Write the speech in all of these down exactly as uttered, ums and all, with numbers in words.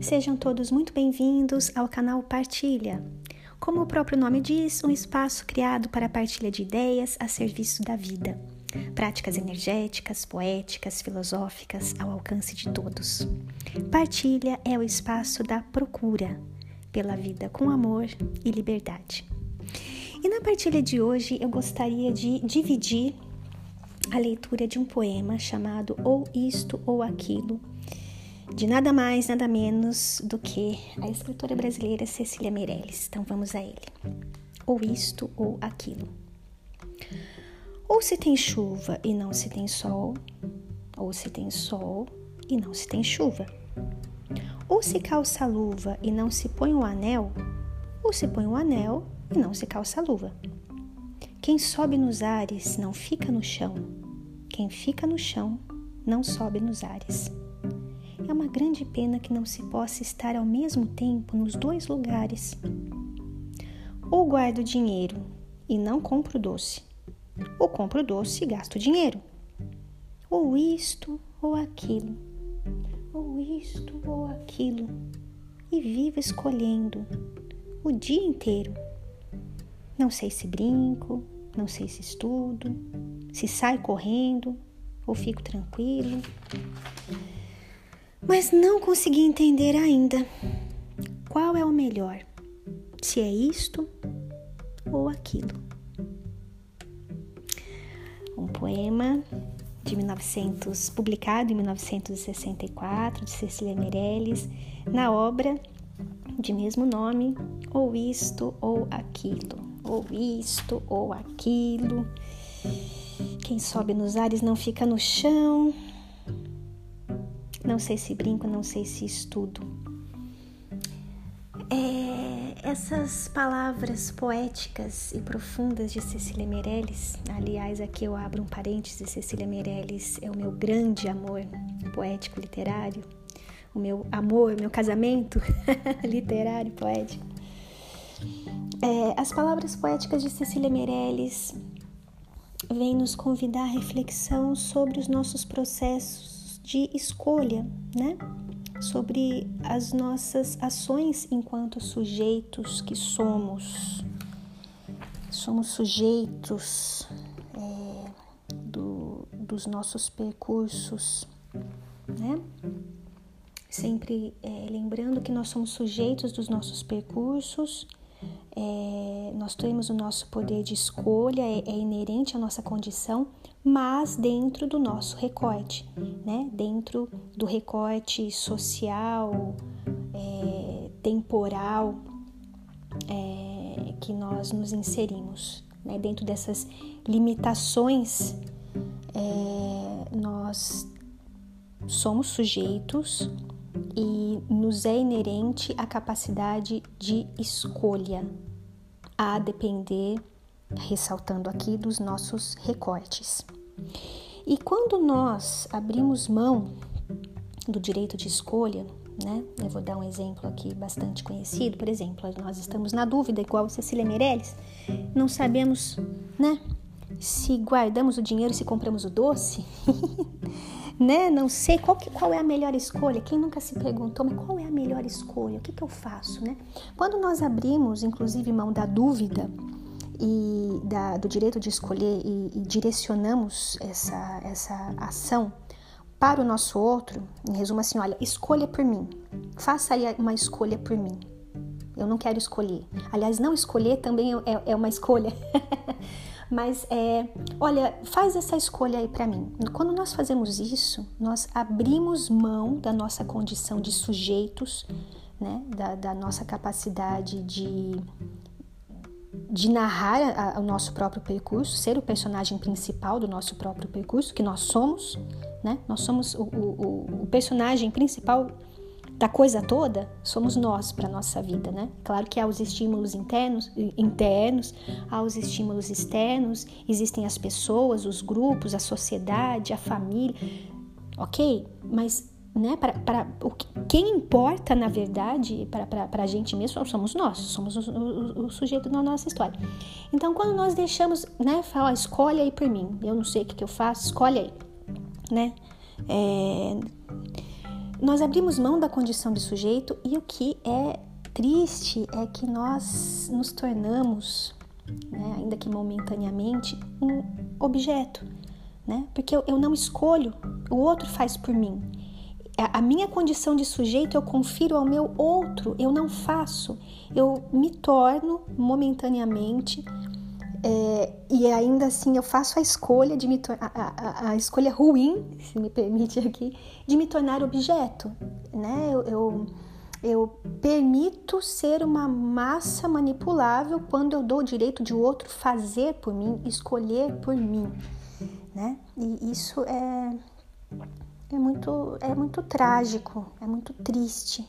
Sejam todos muito bem-vindos ao canal Partilha. Como o próprio nome diz, um espaço criado para a partilha de ideias a serviço da vida. Práticas energéticas, poéticas, filosóficas ao alcance de todos. Partilha é o espaço da procura pela vida com amor e liberdade. E na partilha de hoje eu gostaria de dividir a leitura de um poema chamado Ou Isto ou Aquilo, de nada mais, nada menos do que a escritora brasileira Cecília Meirelles. Então vamos a ele. Ou isto ou aquilo. Ou se tem chuva e não se tem sol, ou se tem sol e não se tem chuva. Ou se calça a luva e não se põe o anel, ou se põe o anel e não se calça a luva. Quem sobe nos ares não fica no chão, quem fica no chão não sobe nos ares. É uma grande pena que não se possa estar ao mesmo tempo nos dois lugares. Ou guardo dinheiro e não compro doce, ou compro doce e gasto dinheiro. Ou isto ou aquilo, ou isto ou aquilo, e vivo escolhendo o dia inteiro. Não sei se brinco, não sei se estudo, se saio correndo ou fico tranquilo. Mas não consegui entender ainda qual é o melhor, se é isto ou aquilo. Um poema de mil e novecentos, publicado em mil novecentos e sessenta e quatro, de Cecília Meirelles, na obra de mesmo nome, Ou Isto ou Aquilo. Ou isto ou aquilo. Quem sobe nos ares não fica no chão. Não sei se brinco, não sei se estudo. É, essas palavras poéticas e profundas de Cecília Meirelles, aliás, aqui eu abro um parênteses, Cecília Meirelles é o meu grande amor poético literário, o meu amor, meu casamento literário poético. É, as palavras poéticas de Cecília Meirelles vêm nos convidar à reflexão sobre os nossos processos de escolha, né? Sobre as nossas ações enquanto sujeitos que somos. Somos sujeitos é, do, dos nossos percursos, né? Sempre é, lembrando que nós somos sujeitos dos nossos percursos, é, nós temos o nosso poder de escolha, é, é inerente à nossa condição, mas dentro do nosso recorte, né? Dentro do recorte social, é, temporal, é, que nós nos inserimos, né? Dentro dessas limitações, é, nós somos sujeitos e nos é inerente a capacidade de escolha, a depender, ressaltando aqui, dos nossos recortes. E quando nós abrimos mão do direito de escolha, né? Eu vou dar um exemplo aqui bastante conhecido. Por exemplo, nós estamos na dúvida, igual Cecília Meirelles, não sabemos, né? Se guardamos o dinheiro, se compramos o doce, né? Não sei qual, que, qual é a melhor escolha. Quem nunca se perguntou, mas qual é a melhor escolha? O que, que eu faço, né? Quando nós abrimos, inclusive, mão da dúvida e da, do direito de escolher e, e direcionamos essa, essa ação para o nosso outro, em resumo assim, olha, escolha por mim, faça aí uma escolha por mim, eu não quero escolher, aliás, não escolher também é, é uma escolha, mas é, olha, faz essa escolha aí para mim. Quando nós fazemos isso, nós abrimos mão da nossa condição de sujeitos, né, da, da nossa capacidade de de narrar a, a, o nosso próprio percurso, ser o personagem principal do nosso próprio percurso, que nós somos, né? Nós somos o, o, o personagem principal da coisa toda, somos nós para a nossa vida, né? Claro que há os estímulos internos, internos, há os estímulos externos, existem as pessoas, os grupos, a sociedade, a família, ok? Mas né, para, para, o que, quem importa, na verdade, para a gente mesmo, somos nós, somos o, o, o sujeito da nossa história. Então, quando nós deixamos, né, falar, escolhe aí por mim, eu não sei o que, que eu faço, escolhe aí, né? É, nós abrimos mão da condição de sujeito e o que é triste é que nós nos tornamos, né, ainda que momentaneamente, um objeto, né? Porque eu, eu não escolho, o outro faz por mim. A, a minha condição de sujeito eu confiro ao meu outro, eu não faço. Eu me torno momentaneamente é, e ainda assim eu faço a escolha de me tornar, a, a, a escolha ruim, se me permite aqui, de me tornar objeto, né? Eu, eu, eu permito ser uma massa manipulável quando eu dou o direito de o outro fazer por mim, escolher por mim, né? E isso é, é, muito, é muito trágico, é muito triste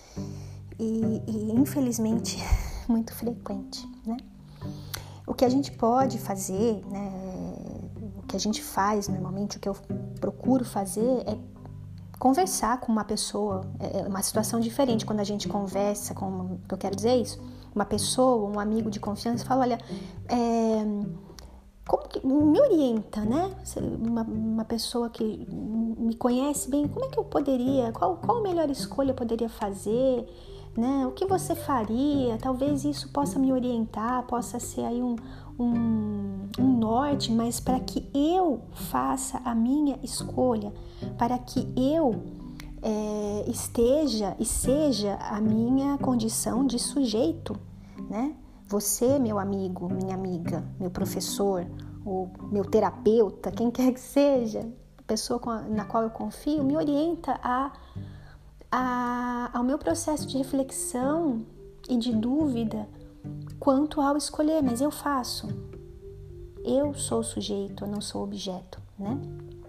e, e infelizmente muito frequente, né? O que a gente pode fazer, né, o que a gente faz normalmente, o que eu procuro fazer é conversar com uma pessoa. É uma situação diferente quando a gente conversa com, o que eu quero dizer é isso, uma pessoa, um amigo de confiança, fala, olha, é, como que, me orienta, né, uma, uma pessoa que me conhece bem, como é que eu poderia, qual, qual a melhor escolha eu poderia fazer, né? O que você faria? Talvez isso possa me orientar, possa ser aí um, um, um norte, mas para que eu faça a minha escolha, para que eu é, esteja e seja a minha condição de sujeito, né? Você, meu amigo, minha amiga, meu professor, ou meu terapeuta, quem quer que seja, a pessoa na qual eu confio, me orienta a A, ao meu processo de reflexão e de dúvida quanto ao escolher, mas eu faço. Eu sou o sujeito, eu não sou o objeto, né?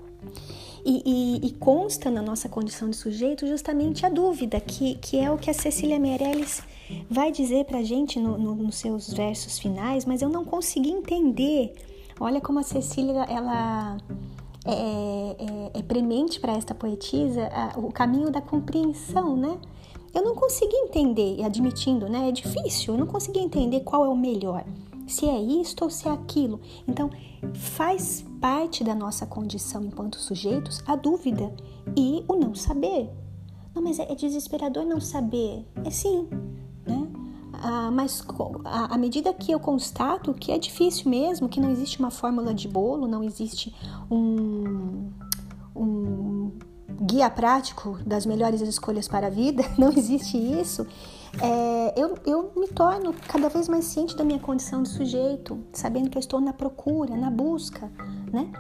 E, e, e consta na nossa condição de sujeito justamente a dúvida, que, que é o que a Cecília Meirelles vai dizer pra gente no, no, nos seus versos finais, mas eu não consegui entender. Olha como a Cecília, ela... É, é, é premente para esta poetisa a, o caminho da compreensão, né? Eu não consegui entender, admitindo, né? É difícil, eu não consegui entender qual é o melhor, se é isto ou se é aquilo. Então, faz parte da nossa condição enquanto sujeitos a dúvida e o não saber. Não, mas é, é desesperador não saber. É sim, né? Ah, mas à medida que eu constato que é difícil mesmo, que não existe uma fórmula de bolo, não existe um, um guia prático das melhores escolhas para a vida, não existe isso, é, eu, eu me torno cada vez mais ciente da minha condição de sujeito, sabendo que eu estou na procura, na busca, né?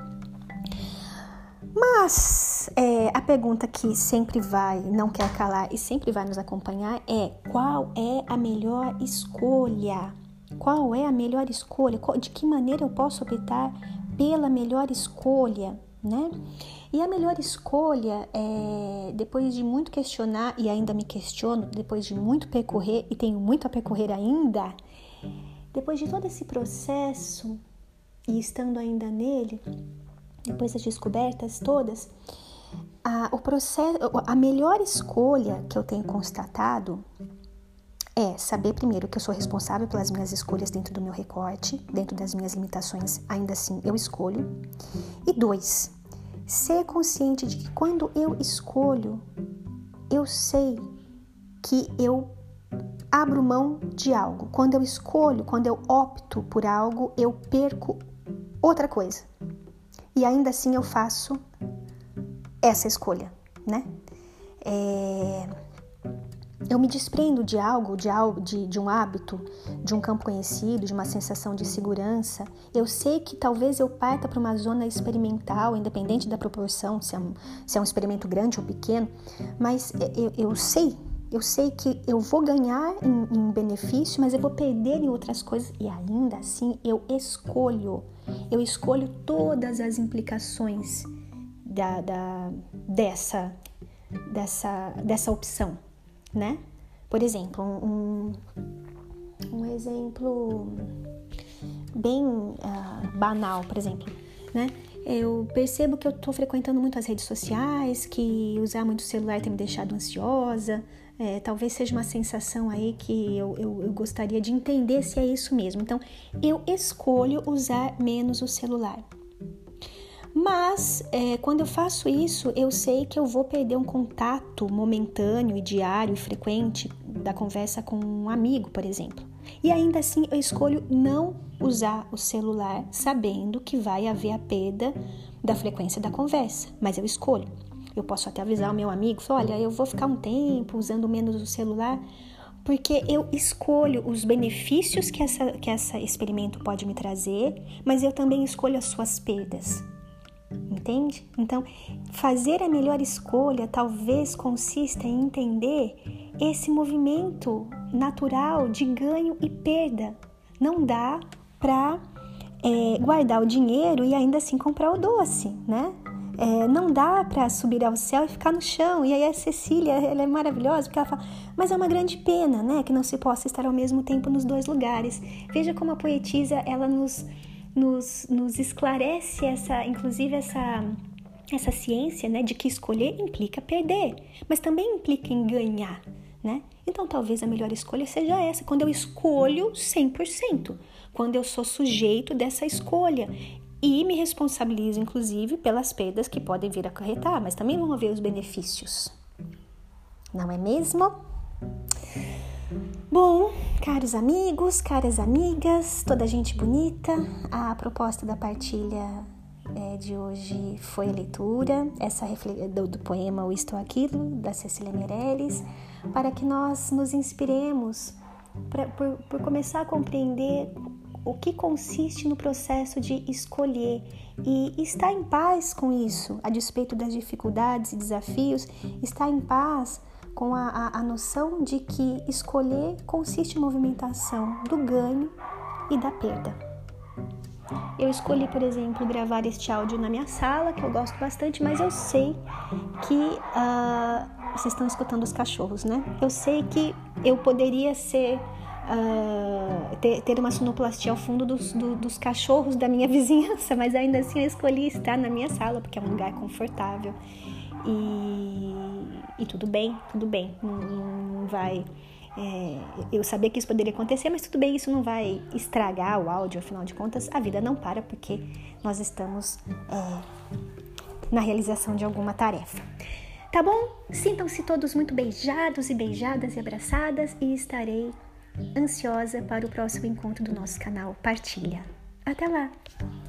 Mas é, a pergunta que sempre vai, não quer calar e sempre vai nos acompanhar é: qual é a melhor escolha? Qual é a melhor escolha? De que maneira eu posso optar pela melhor escolha, né? E a melhor escolha, é, depois de muito questionar, e ainda me questiono, depois de muito percorrer, e tenho muito a percorrer ainda, depois de todo esse processo, e estando ainda nele, depois das descobertas todas, a, o processo, a melhor escolha que eu tenho constatado é saber primeiro que eu sou responsável pelas minhas escolhas dentro do meu recorte, dentro das minhas limitações, ainda assim eu escolho. E dois, ser consciente de que quando eu escolho, eu sei que eu abro mão de algo. Quando eu escolho, quando eu opto por algo, eu perco outra coisa. E ainda assim eu faço essa escolha, né? É... Eu me desprendo de algo, de, algo de, de um hábito, de um campo conhecido, de uma sensação de segurança. Eu sei que talvez eu parta para uma zona experimental, independente da proporção, se é um, se é um experimento grande ou pequeno, mas eu, eu sei, eu sei que eu vou ganhar em, em benefício, mas eu vou perder em outras coisas, e ainda assim eu escolho. Eu escolho todas as implicações da, da, dessa, dessa, dessa opção, né? Por exemplo, um, um exemplo bem uh, banal, por exemplo, né? Eu percebo que eu estou frequentando muito as redes sociais, que usar muito o celular tem me deixado ansiosa. É, talvez seja uma sensação aí que eu, eu, eu gostaria de entender se é isso mesmo. Então, eu escolho usar menos o celular. Mas é, quando eu faço isso, eu sei que eu vou perder um contato momentâneo e diário e frequente da conversa com um amigo, por exemplo. E ainda assim eu escolho não usar o celular sabendo que vai haver a perda da frequência da conversa, mas eu escolho. Eu posso até avisar o meu amigo, falar, olha, eu vou ficar um tempo usando menos o celular, porque eu escolho os benefícios que essa, que esse experimento pode me trazer, mas eu também escolho as suas perdas. Entende? Então, fazer a melhor escolha talvez consista em entender esse movimento natural de ganho e perda. Não dá para é, guardar o dinheiro e ainda assim comprar o doce, né? É, não dá para subir ao céu e ficar no chão. E aí a Cecília, ela é maravilhosa, porque ela fala, mas é uma grande pena, né, que não se possa estar ao mesmo tempo nos dois lugares. Veja como a poetisa, ela nos... Nos, nos esclarece essa, inclusive essa, essa ciência, né, de que escolher implica perder, mas também implica em ganhar, né? Então talvez a melhor escolha seja essa, quando eu escolho cem por cento, quando eu sou sujeito dessa escolha e me responsabilizo, inclusive, pelas perdas que podem vir a acarretar, mas também vão haver os benefícios, não é mesmo? Bom, caros amigos, caras amigas, toda gente bonita, a proposta da partilha é, de hoje foi a leitura essa do, do poema O Isto ou Aquilo, da Cecília Meirelles, para que nós nos inspiremos pra, por, por começar a compreender o que consiste no processo de escolher e estar em paz com isso, a despeito das dificuldades e desafios, estar em paz com a, a, a noção de que escolher consiste em movimentação do ganho e da perda. Eu escolhi, por exemplo, gravar este áudio na minha sala, que eu gosto bastante, mas eu sei que... Uh, vocês estão escutando os cachorros, né? Eu sei que eu poderia ser... Uh, ter, ter uma sonoplastia ao fundo dos, do, dos cachorros da minha vizinhança, mas ainda assim eu escolhi estar na minha sala, porque é um lugar confortável. E, e tudo bem, tudo bem, não, não vai, é, eu sabia que isso poderia acontecer, mas tudo bem, isso não vai estragar o áudio, afinal de contas, a vida não para porque nós estamos é, na realização de alguma tarefa. Tá bom? Sintam-se todos muito beijados e beijadas e abraçadas e estarei ansiosa para o próximo encontro do nosso canal Partilha. Até lá!